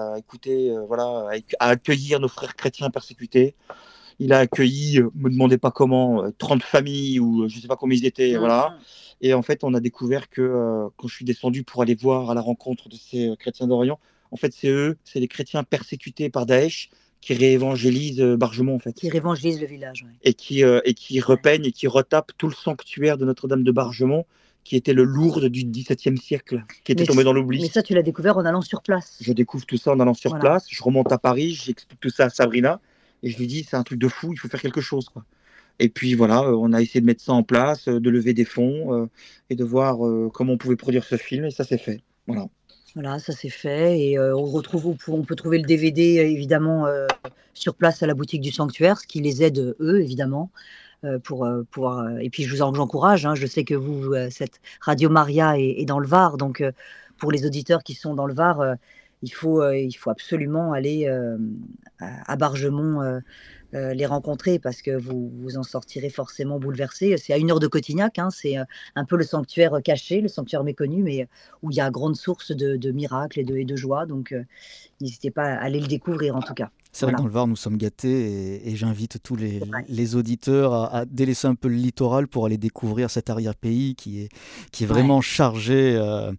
a accueillir nos frères chrétiens persécutés. Il a accueilli, me demandez pas comment, 30 familles ou je sais pas combien ils étaient, voilà. Et en fait, on a découvert que quand je suis descendu pour aller voir à la rencontre de ces chrétiens d'Orient, en fait, c'est les chrétiens persécutés par Daesh qui réévangélisent Bargemont, en fait. Qui révangélise le village. Ouais. Et qui repeignent et qui retapent tout le sanctuaire de Notre-Dame de Bargemont, qui était le Lourdes du XVIIe siècle, qui était tombé dans l'oubli. Mais ça, tu l'as découvert en allant sur place. Je découvre tout ça en allant sur place. Je remonte à Paris, j'explique tout ça à Sabrina. Et je lui dis, c'est un truc de fou, il faut faire quelque chose, quoi. Et puis voilà, on a essayé de mettre ça en place, de lever des fonds et de voir comment on pouvait produire ce film. Et ça s'est fait. Voilà. Voilà, ça s'est fait. Et on peut trouver le DVD, évidemment, sur place à la boutique du Sanctuaire, ce qui les aide, eux, évidemment. Pour pouvoir. Et puis j'encourage, hein, je sais que vous, cette Radio Maria est dans le Var, donc pour les auditeurs qui sont dans le Var, il faut absolument aller à Bargemont les rencontrer, parce que vous en sortirez forcément bouleversé. C'est à 1 heure de Cotignac, hein, c'est un peu le sanctuaire caché, le sanctuaire méconnu, mais où il y a grande source de miracles et de joie, donc n'hésitez pas à aller le découvrir en tout cas. C'est vrai que dans le Var, nous sommes gâtés et j'invite tous les auditeurs à délaisser un peu le littoral pour aller découvrir cet arrière-pays qui est vraiment chargé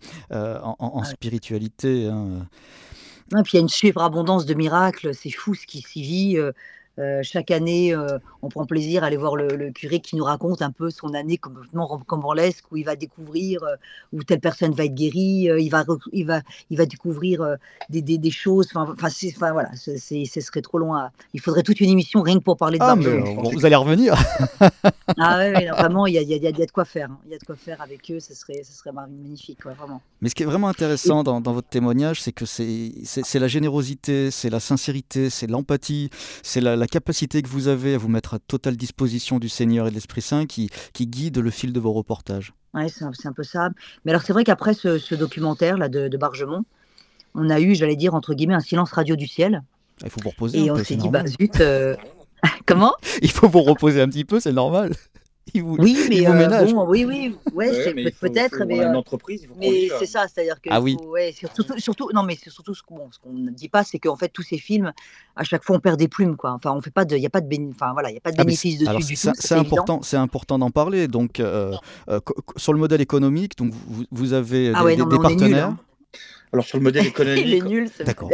en spiritualité. Hein. Et puis il y a une surabondance de miracles, c'est fou ce qui s'y vit. Chaque année, on prend plaisir à aller voir le curé qui nous raconte un peu son année complètement rocambolesque, où il va découvrir, où telle personne va être guérie, il va découvrir des choses. Voilà, ce serait trop loin. Il faudrait toute une émission rien que pour parler de Bargemont. Vous allez revenir. Ah ouais, non, vraiment, il y a de quoi faire. Hein. Il y a de quoi faire avec eux, ce serait magnifique, quoi, vraiment. Mais ce qui est vraiment intéressant dans votre témoignage, c'est que c'est la générosité, c'est la sincérité, c'est l'empathie, c'est la capacité que vous avez à vous mettre à totale disposition du Seigneur et de l'Esprit Saint qui guide le fil de vos reportages. Ouais, c'est un peu ça. Mais alors c'est vrai qu'après ce documentaire là de Bargemont, on a eu, j'allais dire, entre guillemets, un silence radio du ciel. Il faut vous reposer et un on peu, s'est c'est dit, normal. Zut, comment? Il faut vous reposer un petit peu, c'est normal. Oui, mais ménage. bon, ouais, peut-être, mais une entreprise, il faut mais c'est ça, c'est-à-dire que surtout, non, mais surtout ce qu'on ne dit pas, c'est qu'en fait tous ces films, à chaque fois on perd des plumes, quoi. Enfin, on fait pas de, il y a pas de bénéfice dessus alors, du tout. C'est important d'en parler. Donc, sur le modèle économique, donc vous avez des partenaires. Nul, hein. Alors sur le modèle économique, il est nul. D'accord.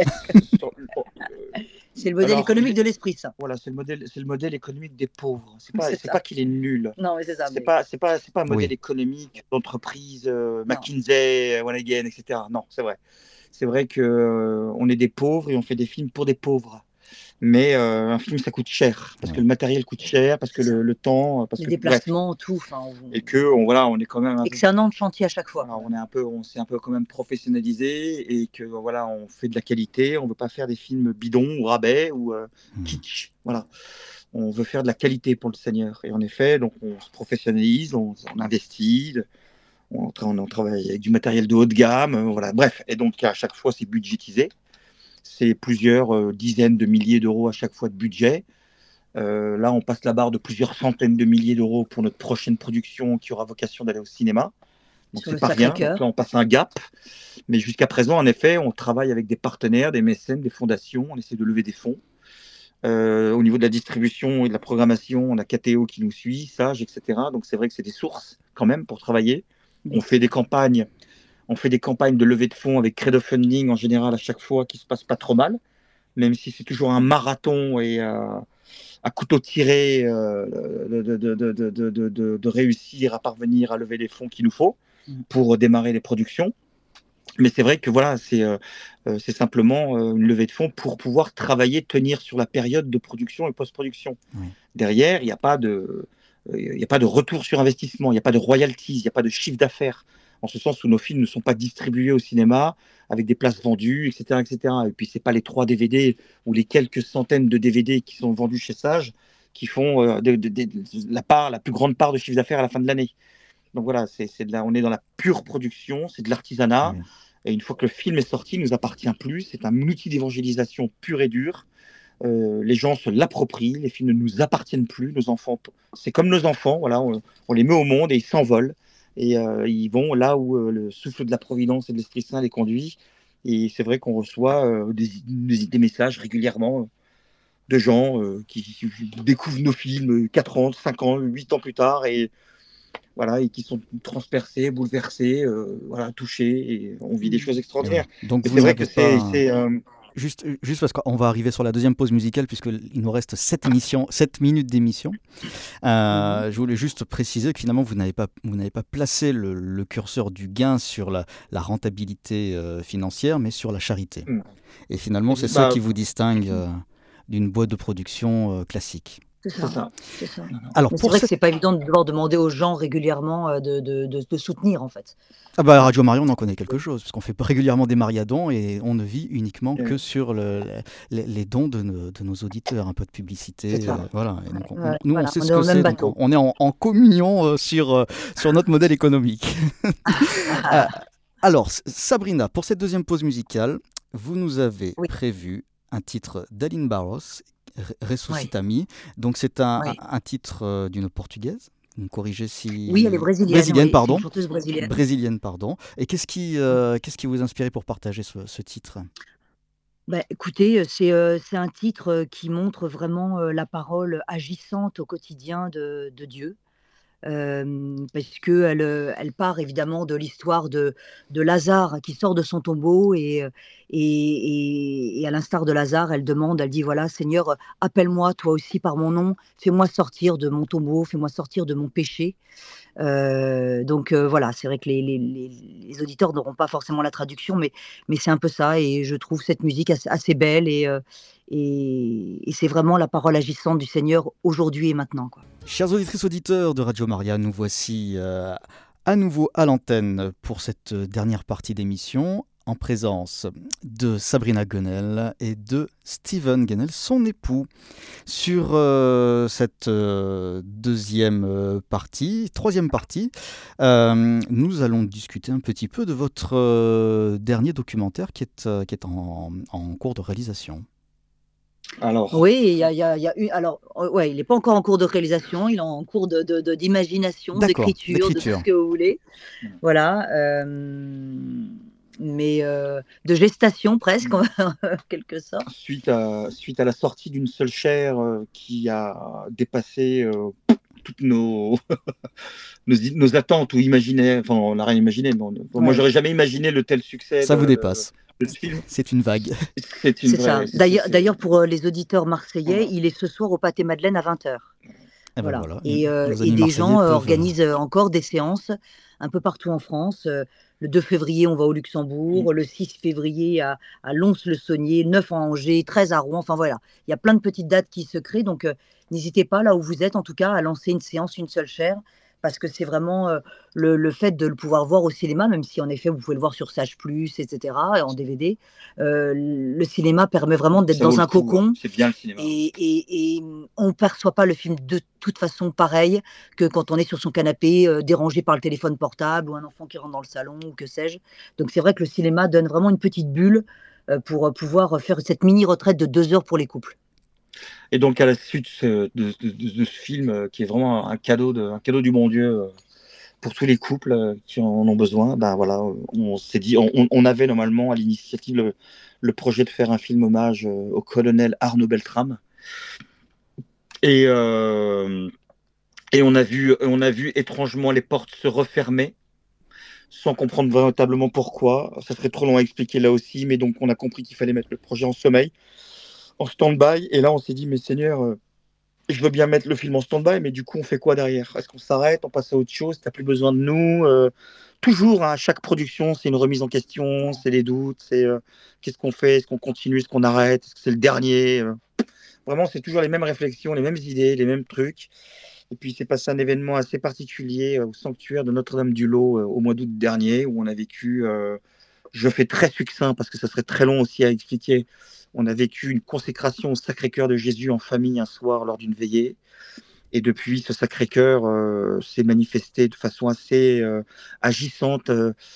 C'est le modèle économique de l'esprit, ça. Voilà, c'est le modèle économique des pauvres. C'est pas qu'il est nul. Non, mais c'est ça. C'est pas un modèle économique d'entreprise McKinsey, One Again, etc. Non, c'est vrai. C'est vrai que on est des pauvres et on fait des films pour des pauvres. Mais un film, ça coûte cher parce que le matériel coûte cher, parce que le temps, parce les que déplacements, tout. Et que on est quand même. Et que c'est un an de chantier à chaque fois. Voilà, on s'est un peu quand même professionnalisé et que voilà, on fait de la qualité. On veut pas faire des films bidons ou rabais ou kitsch. Voilà. on veut faire de la qualité pour le Seigneur. Et en effet, donc on se professionnalise, on investit, on travaille avec du matériel de haut de gamme, voilà. Bref, et donc à chaque fois, c'est budgétisé. C'est plusieurs dizaines de milliers d'euros à chaque fois de budget. Là, on passe la barre de plusieurs centaines de milliers d'euros pour notre prochaine production qui aura vocation d'aller au cinéma. Donc, Sur c'est le pas rien. Donc Sacré-Cœur. là, on passe un gap. Mais jusqu'à présent, en effet, on travaille avec des partenaires, des mécènes, des fondations. On essaie de lever des fonds. Au niveau de la distribution et de la programmation, on a KTO qui nous suit, Sage, etc. Donc, c'est vrai que c'est des sources quand même pour travailler. On fait des campagnes de levée de fonds avec crowdfunding en général à chaque fois qui se passe pas trop mal, même si c'est toujours un marathon et à couteau tiré de réussir à parvenir à lever les fonds qu'il nous faut pour démarrer les productions. Mais c'est vrai que voilà, c'est simplement une levée de fonds pour pouvoir travailler, tenir sur la période de production et post-production. Oui. Derrière, il n'y a pas de retour sur investissement, il n'y a pas de royalties, il n'y a pas de chiffre d'affaires, en ce sens où nos films ne sont pas distribués au cinéma avec des places vendues, etc. etc. Et puis, ce n'est pas les 3 DVD ou les quelques centaines de DVD qui sont vendus chez Sage qui font la plus grande part de chiffre d'affaires à la fin de l'année. Donc voilà, on est dans la pure production, c'est de l'artisanat. Oui. Et une fois que le film est sorti, il ne nous appartient plus. C'est un outil d'évangélisation pur et dur. Les gens se l'approprient, les films ne nous appartiennent plus, nos enfants, c'est comme nos enfants, voilà, on les met au monde et ils s'envolent. Et ils vont là où le souffle de la Providence et de l'Esprit Saint les conduit. Et c'est vrai qu'on reçoit des messages régulièrement de gens qui découvrent nos films 4 ans, 5 ans, 8 ans plus tard et qui sont transpercés, bouleversés, touchés, et on vit des choses extraordinaires. Donc c'est vrai que c'est Juste parce qu'on va arriver sur la deuxième pause musicale, puisqu'il nous reste 7 minutes d'émission. Je voulais juste préciser que finalement, vous n'avez pas placé le curseur du gain sur la rentabilité financière, mais sur la charité. Et finalement, c'est ça qui vous distingue d'une boîte de production classique. C'est ça. Alors, c'est vrai que c'est pas évident de devoir demander aux gens régulièrement de soutenir, en fait. Ah bah, Radio Maria, on en connaît quelque chose, parce qu'on fait régulièrement des mariadons et on ne vit uniquement que sur les dons de nos auditeurs, un peu de publicité. Voilà. Et donc on sait ce que c'est. Donc on est en communion sur notre modèle économique. Alors, Sabrina, pour cette deuxième pause musicale, vous nous avez prévu un titre d'Aline Barros, Ressuscitami. Donc c'est un titre d'une portugaise. Vous me corrigez si... Oui, elle est brésilienne. Pardon. Une chanteuse brésilienne. Brésilienne, pardon. Et qu'est-ce qui vous inspirait pour partager ce titre ? Écoutez, c'est un titre qui montre vraiment la parole agissante au quotidien de Dieu. Parce qu'elle part évidemment de l'histoire de Lazare qui sort de son tombeau et à l'instar de Lazare, elle dit voilà Seigneur, appelle-moi toi aussi par mon nom, fais-moi sortir de mon tombeau, fais-moi sortir de mon péché. Donc voilà, c'est vrai que les auditeurs n'auront pas forcément la traduction, mais c'est un peu ça, et je trouve cette musique assez belle et c'est vraiment la parole agissante du Seigneur aujourd'hui et maintenant, quoi. Chers auditrices, auditeurs de Radio Maria, nous voici à nouveau à l'antenne pour cette dernière partie d'émission, en présence de Sabrina Gunnel et de Steven Gunnel, son époux. Sur cette troisième partie, nous allons discuter un petit peu de votre dernier documentaire qui est en cours de réalisation. Alors... Oui, il n'est pas encore en cours de réalisation, il est en cours d'imagination, d'écriture, de tout ce que vous voulez. Voilà. Mais de gestation presque, en quelque sorte. Suite à la sortie d'une seule chair qui a dépassé toutes nos attentes ou imaginées. Enfin, on n'a rien imaginé. Moi, j'aurais jamais imaginé le tel succès. Ça vous dépasse. Film. C'est une vague. C'est ça. D'ailleurs, pour les auditeurs marseillais, il est ce soir au Pâté Madeleine à 20h. Voilà. Et des gens organisent encore des séances un peu partout en France. Le 2 février, on va au Luxembourg. Le 6 février, à Lons-le-Saunier. 9 à Angers. 13 à Rouen. Enfin voilà, il y a plein de petites dates qui se créent. Donc, n'hésitez pas, là où vous êtes, en tout cas, à lancer une séance, une seule chair. parce que c'est vraiment le fait de le pouvoir voir au cinéma, même si en effet vous pouvez le voir sur Sage+, etc., et en DVD. Le cinéma permet vraiment d'être Ça vaut dans le un coup, cocon, c'est bien le cinéma. et on ne perçoit pas le film de toute façon pareil que quand on est sur son canapé, dérangé par le téléphone portable ou un enfant qui rentre dans le salon ou que sais-je. Donc c'est vrai que le cinéma donne vraiment une petite bulle pour pouvoir faire cette mini retraite de 2 heures pour les couples. Et donc à la suite de ce film qui est vraiment un cadeau du bon Dieu pour tous les couples qui en ont besoin, ben voilà, on s'est dit, on avait normalement à l'initiative le projet de faire un film hommage au colonel Arnaud Beltrame. Et, et on a vu étrangement les portes se refermer sans comprendre véritablement pourquoi. Ça serait trop long à expliquer là aussi, mais donc on a compris qu'il fallait mettre le projet en sommeil, en stand-by. Et là, on s'est dit, mais Seigneur, je veux bien mettre le film en stand-by, mais du coup, on fait quoi derrière? Est-ce qu'on s'arrête? On passe à autre chose? T'as plus besoin de nous? Toujours, hein, à chaque production, c'est une remise en question, c'est des doutes, c'est qu'est-ce qu'on fait? Est-ce qu'on continue? Est-ce qu'on arrête? Est-ce que c'est le dernier? Vraiment, c'est toujours les mêmes réflexions, les mêmes idées, les mêmes trucs. Et puis, il s'est passé un événement assez particulier au sanctuaire de Notre-Dame-du-Lot au mois d'août dernier, où on a vécu, je fais très succinct parce que ça serait très long aussi à expliquer, on a vécu une consécration au Sacré-Cœur de Jésus en famille un soir lors d'une veillée. Et depuis, ce Sacré-Cœur s'est manifesté de façon assez agissante,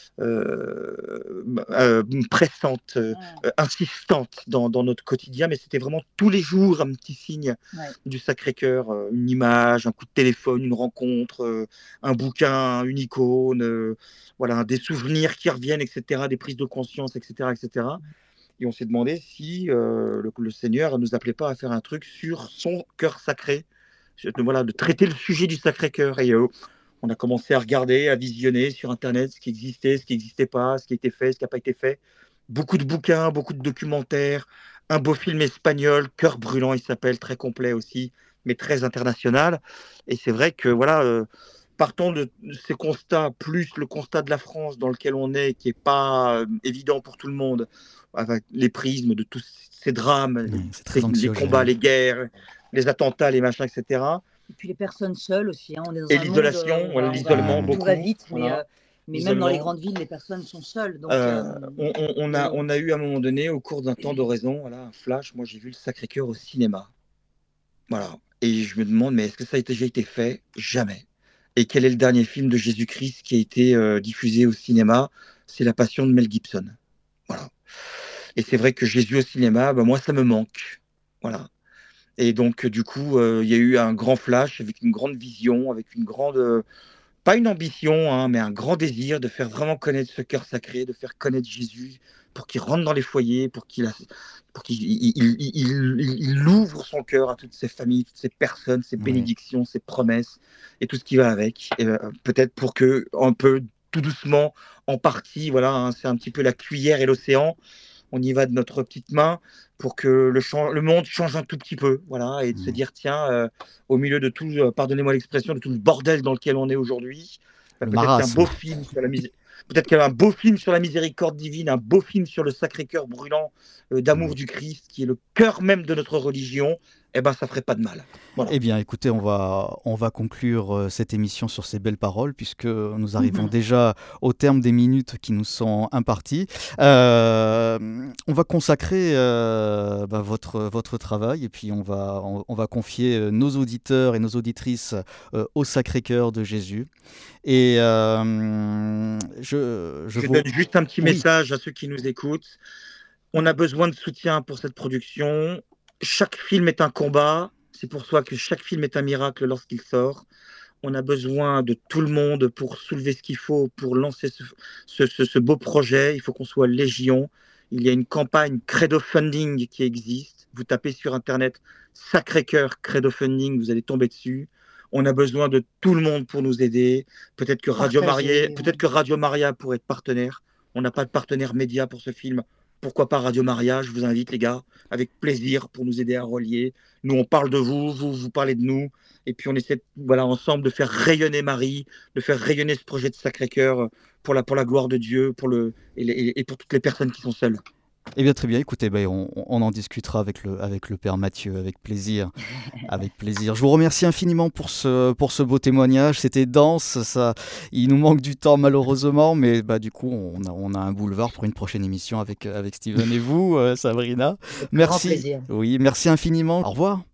pressante, insistante dans notre quotidien. Mais c'était vraiment tous les jours un petit signe du Sacré-Cœur, une image, un coup de téléphone, une rencontre, un bouquin, une icône, voilà, des souvenirs qui reviennent, etc., des prises de conscience, etc., etc. Et on s'est demandé si le Seigneur ne nous appelait pas à faire un truc sur son cœur sacré, voilà, de traiter le sujet du Sacré-Cœur. Et on a commencé à regarder, à visionner sur Internet ce qui existait, ce qui n'existait pas, ce qui a été fait, ce qui n'a pas été fait. Beaucoup de bouquins, beaucoup de documentaires, un beau film espagnol, Cœur brûlant, il s'appelle, très complet aussi, mais très international. Et c'est vrai que, voilà, partant de ces constats, plus le constat de la France dans lequel on est, qui n'est pas évident pour tout le monde, avec les prismes de tous ces drames, les combats, les guerres, les attentats, les machins, etc. Et puis les personnes seules aussi, hein. On est dans Et un l'isolation, monde, voilà, l'isolement, tout va beaucoup. vite, Voilà. mais même dans les grandes villes, les personnes sont seules. Donc, on a eu à un moment donné, au cours d'un temps d'oraison, voilà, un flash, moi j'ai vu le Sacré-Cœur au cinéma. Voilà. Et je me demande, mais est-ce que ça a déjà été fait? Jamais. Et quel est le dernier film de Jésus-Christ qui a été diffusé au cinéma? C'est La Passion de Mel Gibson. Voilà. Et c'est vrai que Jésus au cinéma, bah, moi, ça me manque. Voilà. Et donc, du coup, il y a eu un grand flash avec une grande vision, avec une grande, pas une ambition, hein, mais un grand désir de faire vraiment connaître ce cœur sacré, de faire connaître Jésus pour qu'il rentre dans les foyers, pour qu'il ouvre son cœur à toutes ces familles, toutes ces personnes, ces bénédictions, ces promesses et tout ce qui va avec. Et peut-être pour que, un peu tout doucement, en partie, voilà, hein, c'est un petit peu la cuillère et l'océan. On y va de notre petite main pour que le monde change un tout petit peu, voilà, et de se dire, tiens, au milieu de tout, pardonnez-moi l'expression, de tout le bordel dans lequel on est aujourd'hui, peut-être qu'un beau film sur la peut-être qu'il y a un beau film sur la miséricorde divine, un beau film sur le Sacré-Cœur brûlant d'amour du Christ, qui est le cœur même de notre religion, eh ben, ça ferait pas de mal. Voilà. Eh bien, écoutez, on va conclure cette émission sur ces belles paroles, puisque nous arrivons déjà au terme des minutes qui nous sont imparties. On va consacrer votre travail, et puis on va confier nos auditeurs et nos auditrices au Sacré-Cœur de Jésus. Et je donne juste un petit message à ceux qui nous écoutent. On a besoin de soutien pour cette production. Chaque film est un combat. C'est pour ça que chaque film est un miracle lorsqu'il sort. On a besoin de tout le monde pour soulever ce qu'il faut, pour lancer ce beau projet. Il faut qu'on soit légion. Il y a une campagne Credo Funding qui existe. Vous tapez sur Internet Sacré-Cœur Credo Funding, vous allez tomber dessus. On a besoin de tout le monde pour nous aider. Peut-être que Radio Maria pourrait être partenaire. On n'a pas de partenaire média pour ce film. Pourquoi pas Radio Maria? Je vous invite, les gars, avec plaisir pour nous aider à relier. Nous, on parle de vous, vous parlez de nous. Et puis, on essaie, voilà, ensemble de faire rayonner Marie, de faire rayonner ce projet de Sacré-Cœur pour la gloire de Dieu et pour toutes les personnes qui sont seules. Eh bien, très bien. Écoutez, on en discutera avec le père Mathieu, avec plaisir. Avec plaisir. Je vous remercie infiniment pour ce beau témoignage. C'était dense. Il nous manque du temps, malheureusement, mais du coup, on a un boulevard pour une prochaine émission avec Steven et vous, Sabrina. Grand Merci. plaisir. Oui, merci infiniment. Au revoir.